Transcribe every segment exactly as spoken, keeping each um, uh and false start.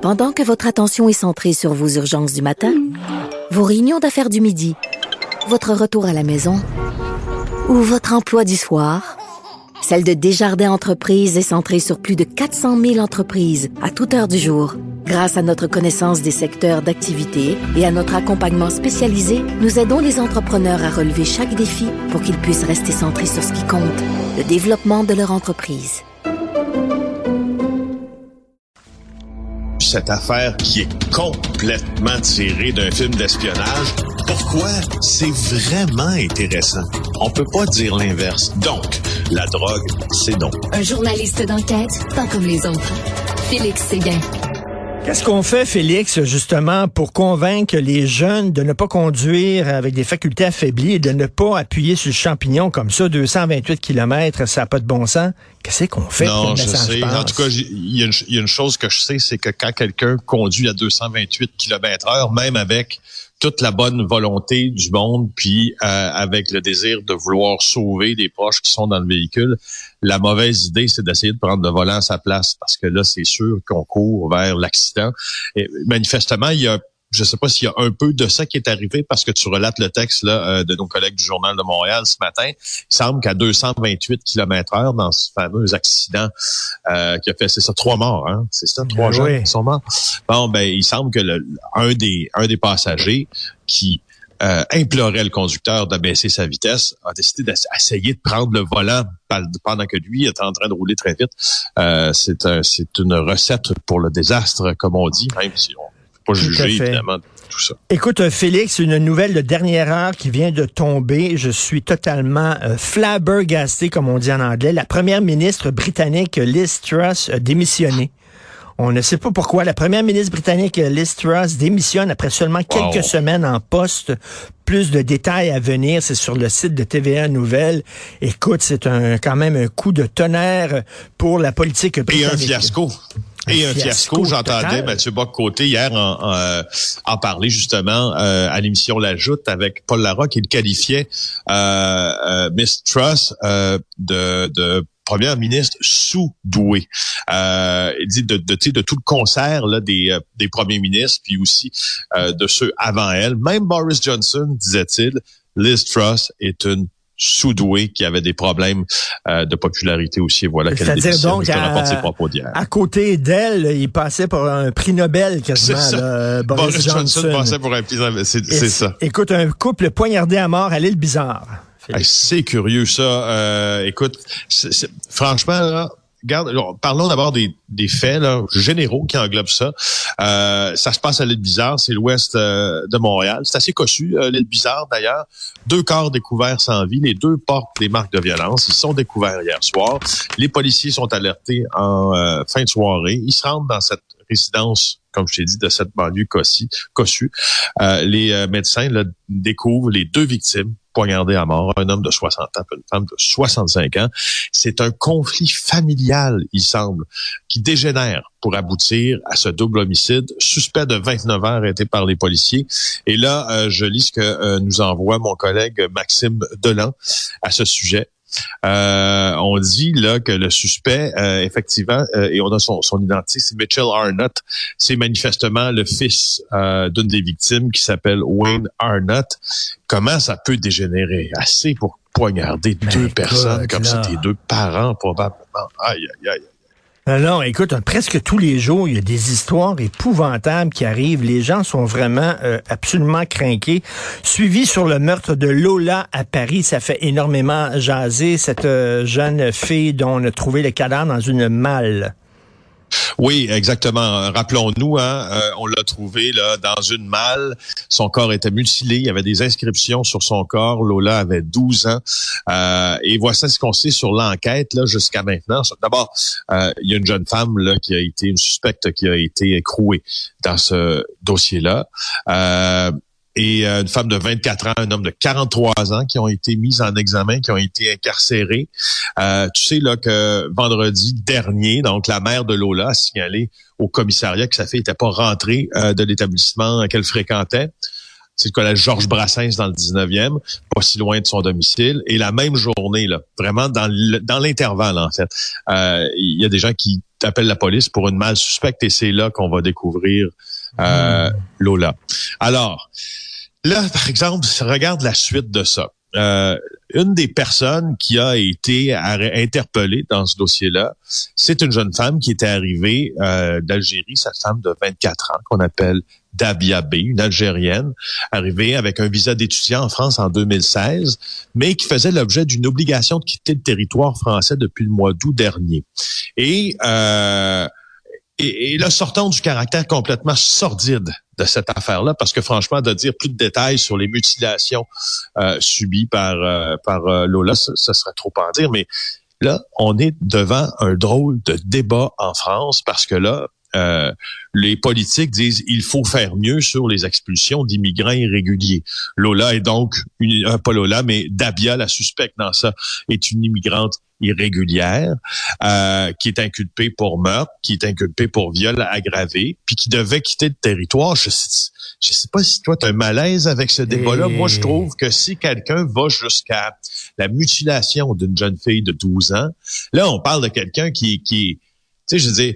Pendant que votre attention est centrée sur vos urgences du matin, vos réunions d'affaires du midi, votre retour à la maison ou votre emploi du soir, celle de Desjardins Entreprises est centrée sur plus de quatre cent mille entreprises à toute heure du jour. Grâce à notre connaissance des secteurs d'activité et à notre accompagnement spécialisé, nous aidons les entrepreneurs à relever chaque défi pour qu'ils puissent rester centrés sur ce qui compte, le développement de leur entreprise. Cette affaire qui est complètement tirée d'un film d'espionnage. Pourquoi? C'est vraiment intéressant. On peut pas dire l'inverse. Donc, la drogue, c'est non. Un journaliste d'enquête, pas comme les autres. Félix Séguin. Qu'est-ce qu'on fait, Félix, justement, pour convaincre les jeunes de ne pas conduire avec des facultés affaiblies et de ne pas appuyer sur le champignon comme ça, deux cent vingt-huit kilomètres, ça n'a pas de bon sens? Qu'est-ce qu'on fait? Non, je sais. En tout cas, il y, y a une chose que je sais, c'est que quand quelqu'un conduit à deux cent vingt-huit kilomètres heure, même avec toute la bonne volonté du monde, puis euh, avec le désir de vouloir sauver des proches qui sont dans le véhicule, la mauvaise idée, c'est d'essayer de prendre le volant à sa place, parce que là, c'est sûr qu'on court vers l'accident. Et manifestement, il y a je sais pas s'il y a un peu de ça qui est arrivé, parce que tu relates le texte là euh, de nos collègues du Journal de Montréal ce matin. Il semble qu'à deux cent vingt-huit kilomètres heure, dans ce fameux accident euh, qui a fait, c'est ça, trois morts, hein? C'est ça, trois oui. gens qui sont morts. Bon, ben, il semble que le, un des un des passagers qui euh, implorait le conducteur d'abaisser sa vitesse a décidé d'essayer de prendre le volant pendant que lui était en train de rouler très vite. Euh, c'est un, c'est une recette pour le désastre, comme on dit, même si on pas juger, évidemment, tout ça. Écoute, Félix, une nouvelle de dernière heure qui vient de tomber. Je suis totalement euh, flabbergasté, comme on dit en anglais. La première ministre britannique, Liz Truss, a démissionné. On ne sait pas pourquoi. La première ministre britannique, Liz Truss, démissionne après seulement quelques wow. semaines en poste. Plus de détails à venir, c'est sur le site de T V A Nouvelles. Écoute, c'est un quand même un coup de tonnerre pour la politique britannique. Et un fiasco. Et un, un fiasco, fiasco j'entendais total. Mathieu Bock-Côté hier en, en, en parler justement euh, à l'émission La Joute avec Paul Larocque. Il qualifiait euh, euh, Miss Truss euh, de, de première ministre sous-douée. Euh, il dit de, de, de, de tout le concert là, des, euh, des premiers ministres, puis aussi euh, de ceux avant elle. Même Boris Johnson, disait-il, Liz Truss est une sous-douée qui avait des problèmes euh, de popularité aussi. Voilà qu'elle démissionne. Donc, je te à, rapporte ses propos d'hier. À côté d'elle, il passait pour un prix Nobel quasiment. C'est ça. Là, Boris, Boris Johnson. Johnson passait pour un prix Nobel. C'est, c'est ça. Écoute, un couple poignardé à mort à l'île Bizarre. Hey, c'est curieux ça. Euh, écoute, c'est, c'est, franchement, là, regarde, alors, parlons d'abord des, des faits là, généraux qui englobent ça. Euh, ça se passe à l'île Bizarre, c'est l'ouest euh, de Montréal. C'est assez cossu, euh, l'île Bizarre d'ailleurs. Deux corps découverts sans vie. Les deux portent des marques de violence. Ils sont découverts hier soir. Les policiers sont alertés en euh, fin de soirée. Ils se rendent dans cette résidence, comme je t'ai dit, de cette banlieue cossue. cossue. Euh, les euh, médecins là, découvrent les deux victimes poignardé à mort, un homme de soixante ans, une femme de soixante-cinq ans. C'est un conflit familial, il semble, qui dégénère pour aboutir à ce double homicide. Suspect de vingt-neuf ans arrêté par les policiers. Et là, euh, je lis ce que euh, nous envoie mon collègue Maxime Delan à ce sujet. Euh, on dit là que le suspect, euh, effectivement, euh, et on a son, son identité, c'est Mitchell Arnott. C'est manifestement le fils euh, d'une des victimes qui s'appelle Wayne Arnott. Comment ça peut dégénérer assez pour poignarder Mais deux écoute, personnes comme ça, tes deux parents probablement. Aïe, aïe, aïe. Non, écoute, presque tous les jours, il y a des histoires épouvantables qui arrivent. Les gens sont vraiment euh, absolument crinqués. Suivi sur le meurtre de Lola à Paris, ça fait énormément jaser. Cette euh, jeune fille dont on a trouvé le cadavre dans une malle. Oui, exactement. Rappelons-nous, hein, euh, on l'a trouvé là dans une malle. Son corps était mutilé. Il y avait des inscriptions sur son corps. Lola avait douze ans. Euh, et voici ce qu'on sait sur l'enquête là jusqu'à maintenant. D'abord, euh, il y a une jeune femme là qui a été une suspecte qui a été écrouée dans ce dossier-là. Euh, et une femme de vingt-quatre ans, un homme de quarante-trois ans qui ont été mis en examen, qui ont été incarcérés. Euh, tu sais là que vendredi dernier, donc la mère de Lola a signalé au commissariat que sa fille n'était pas rentrée euh, de l'établissement qu'elle fréquentait. C'est le collège Georges Brassens dans le dix-neuvième, pas si loin de son domicile. Et la même journée, là, vraiment dans le, dans l'intervalle, en fait, euh, il y a des gens qui appellent la police pour une malle suspecte et c'est là qu'on va découvrir euh, mmh. Lola. Alors, là, par exemple, regarde la suite de ça. Euh, une des personnes qui a été interpellée dans ce dossier-là, c'est une jeune femme qui était arrivée euh, d'Algérie, cette femme de vingt-quatre ans qu'on appelle Dabia B, une Algérienne, arrivée avec un visa d'étudiant en France en deux mille seize, mais qui faisait l'objet d'une obligation de quitter le territoire français depuis le mois d'août dernier. Et, euh, et, et là, sortons du caractère complètement sordide de cette affaire-là, parce que franchement, de dire plus de détails sur les mutilations euh, subies par euh, par euh, Lola, ce, ce serait trop en dire, mais là, on est devant un drôle de débat en France, parce que là, Euh, les politiques disent il faut faire mieux sur les expulsions d'immigrants irréguliers. Lola est donc, une, euh, pas Lola, mais Dabia, la suspecte dans ça, est une immigrante irrégulière euh, qui est inculpée pour meurtre, qui est inculpée pour viol aggravé, puis qui devait quitter le territoire. Je sais, je sais pas si toi tu as un malaise avec ce débat-là. Et... Moi, je trouve que si quelqu'un va jusqu'à la mutilation d'une jeune fille de douze ans, là, on parle de quelqu'un qui, qui, tu sais, je veux dire,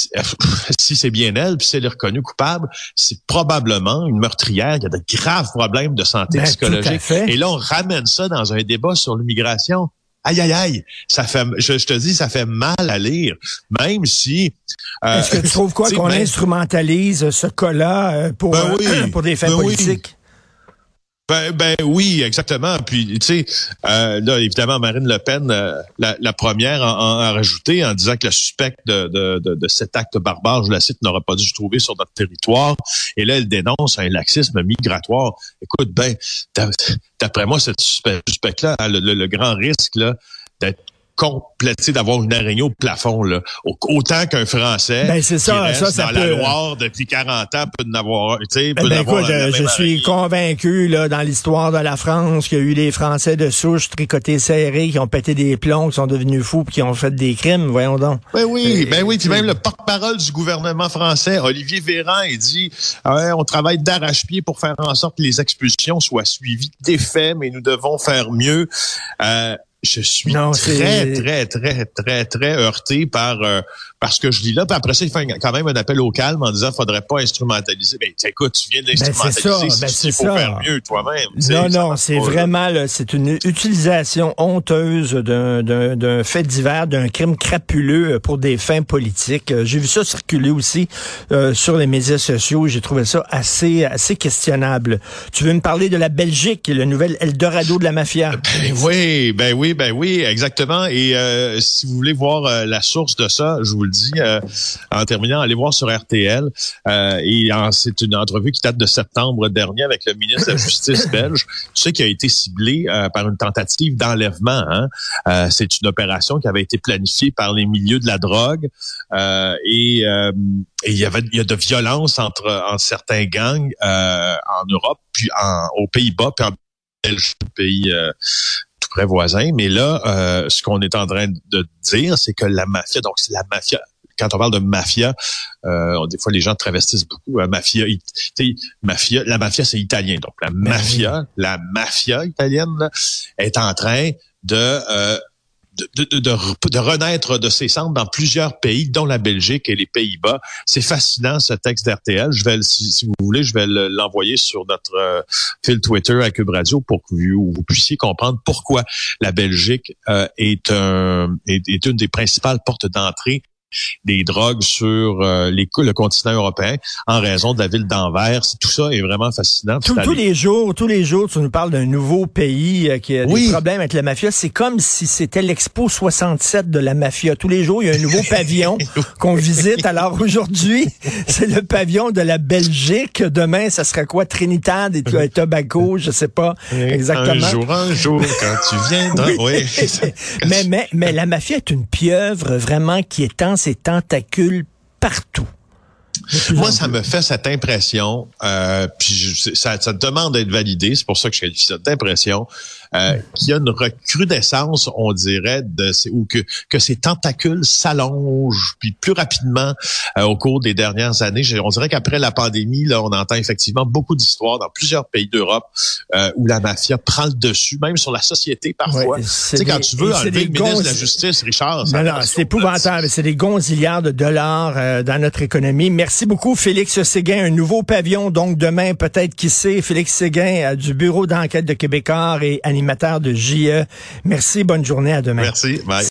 si c'est bien elle, puis si elle est reconnue coupable, c'est probablement une meurtrière qui a de graves problèmes de santé ben, psychologique. Et là, on ramène ça dans un débat sur l'immigration. Aïe, aïe, aïe, ça fait, je, je te dis, ça fait mal à lire, même si... Euh, Est-ce que tu trouves quoi qu'on même... instrumentalise ce cas-là pour, ben oui, pour des fins ben politiques? Oui. Ben, ben oui, exactement. Puis, tu sais, euh, là, évidemment, Marine Le Pen, euh, la, la première en, en a rajouté en disant que la suspecte de, de, de, de cet acte barbare, je la cite, n'aurait pas dû se trouver sur notre territoire. Et là, elle dénonce un laxisme migratoire. Écoute, ben, d'après moi, cette suspecte-là a le, le, le grand risque là d'être complété, d'avoir une araignée au plafond, là. Autant qu'un Français ben, c'est ça, qui reste ça, ça dans peut... la Loire depuis quarante ans peut en avoir, tu sais, peut ben, avoir écoute, je, je suis convaincu, là, dans l'histoire de la France, qu'il y a eu des Français de souche tricotés serrés qui ont pété des plombs, qui sont devenus fous, puis qui ont fait des crimes, voyons donc. Ben oui, Et, ben oui, puis même le porte-parole du gouvernement français, Olivier Véran, il dit, ah, on travaille d'arrache-pied pour faire en sorte que les expulsions soient suivies d'effets, mais nous devons faire mieux. Euh, Je suis non, très, très, très, très, très heurté par euh, par ce que je lis là. Puis après ça, il fait quand même un appel au calme en disant faudrait pas instrumentaliser. Ben écoute, tu viens de l'instrumentaliser. Ben, c'est ça, ben, il faut ça. faire mieux toi-même. Non, non, c'est vraiment là, c'est une utilisation honteuse d'un, d'un, d'un fait divers, d'un crime crapuleux pour des fins politiques. J'ai vu ça circuler aussi euh, sur les médias sociaux. J'ai trouvé ça assez, assez questionnable. Tu veux me parler de la Belgique, le nouvel Eldorado de la mafia? Ben oui, ben oui. Ben oui, exactement. Et euh, si vous voulez voir euh, la source de ça, je vous le dis, euh, en terminant, allez voir sur R T L. Euh, et en, c'est une entrevue qui date de septembre dernier avec le ministre de la Justice belge. Tu sais, qui a été ciblé euh, par une tentative d'enlèvement. Hein? Euh, c'est une opération qui avait été planifiée par les milieux de la drogue. Euh, et euh, et il y avait il y a de violence entre, entre certains gangs euh, en Europe, puis en, aux Pays-Bas, puis en Belgique, pays euh, très voisin, mais là, euh, ce qu'on est en train de dire, c'est que la mafia, donc c'est la mafia, quand on parle de mafia, euh, des fois les gens travestissent beaucoup, hein, mafia, tu sais, mafia, la mafia c'est italien, donc la mafia, la mafia italienne là, est en train de euh, De, de, de, de renaître de ses cendres dans plusieurs pays, dont la Belgique et les Pays-Bas. C'est fascinant, ce texte d'R T L. Je vais, si, si vous voulez, je vais l'envoyer sur notre euh, fil Twitter à Cube Radio pour que vous, vous puissiez comprendre pourquoi la Belgique euh, est, un, est, est une des principales portes d'entrée des drogues sur euh, les, le continent européen en raison de la ville d'Anvers. Tout ça est vraiment fascinant. Tout, tous les jours, tous les jours, tu nous parles d'un nouveau pays euh, qui a oui. des problèmes avec la mafia. C'est comme si c'était l'Expo soixante-sept de la mafia. Tous les jours, il y a un nouveau pavillon qu'on visite. Alors aujourd'hui, c'est le pavillon de la Belgique. Demain, ça sera quoi? Trinidad et Tobago, je sais pas exactement. Un jour, un jour, quand tu viendras. Oui. oui. mais, mais, mais la mafia est une pieuvre vraiment qui étend ses tentacules partout. Moi, ça me fait cette impression, euh, puis je, ça, ça demande d'être validé, c'est pour ça que je qualifie cette impression, euh, qu'il y a une recrudescence, on dirait, de ou que que ces tentacules s'allongent puis plus rapidement euh, au cours des dernières années. On dirait qu'après la pandémie, là, on entend effectivement beaucoup d'histoires dans plusieurs pays d'Europe euh, où la mafia prend le dessus, même sur la société parfois. Ouais, tu sais, quand tu veux enlever le ministre de la Justice, Richard, ça non, non, c'est épouvantable. C'est des gonzillards de dollars euh, dans notre économie. Merci beaucoup, Félix Séguin. Un nouveau pavillon, donc demain, peut-être, qui sait, Félix Séguin euh, du Bureau d'enquête de Québécois et animateur de J E. Merci, bonne journée, à demain. Merci, bye.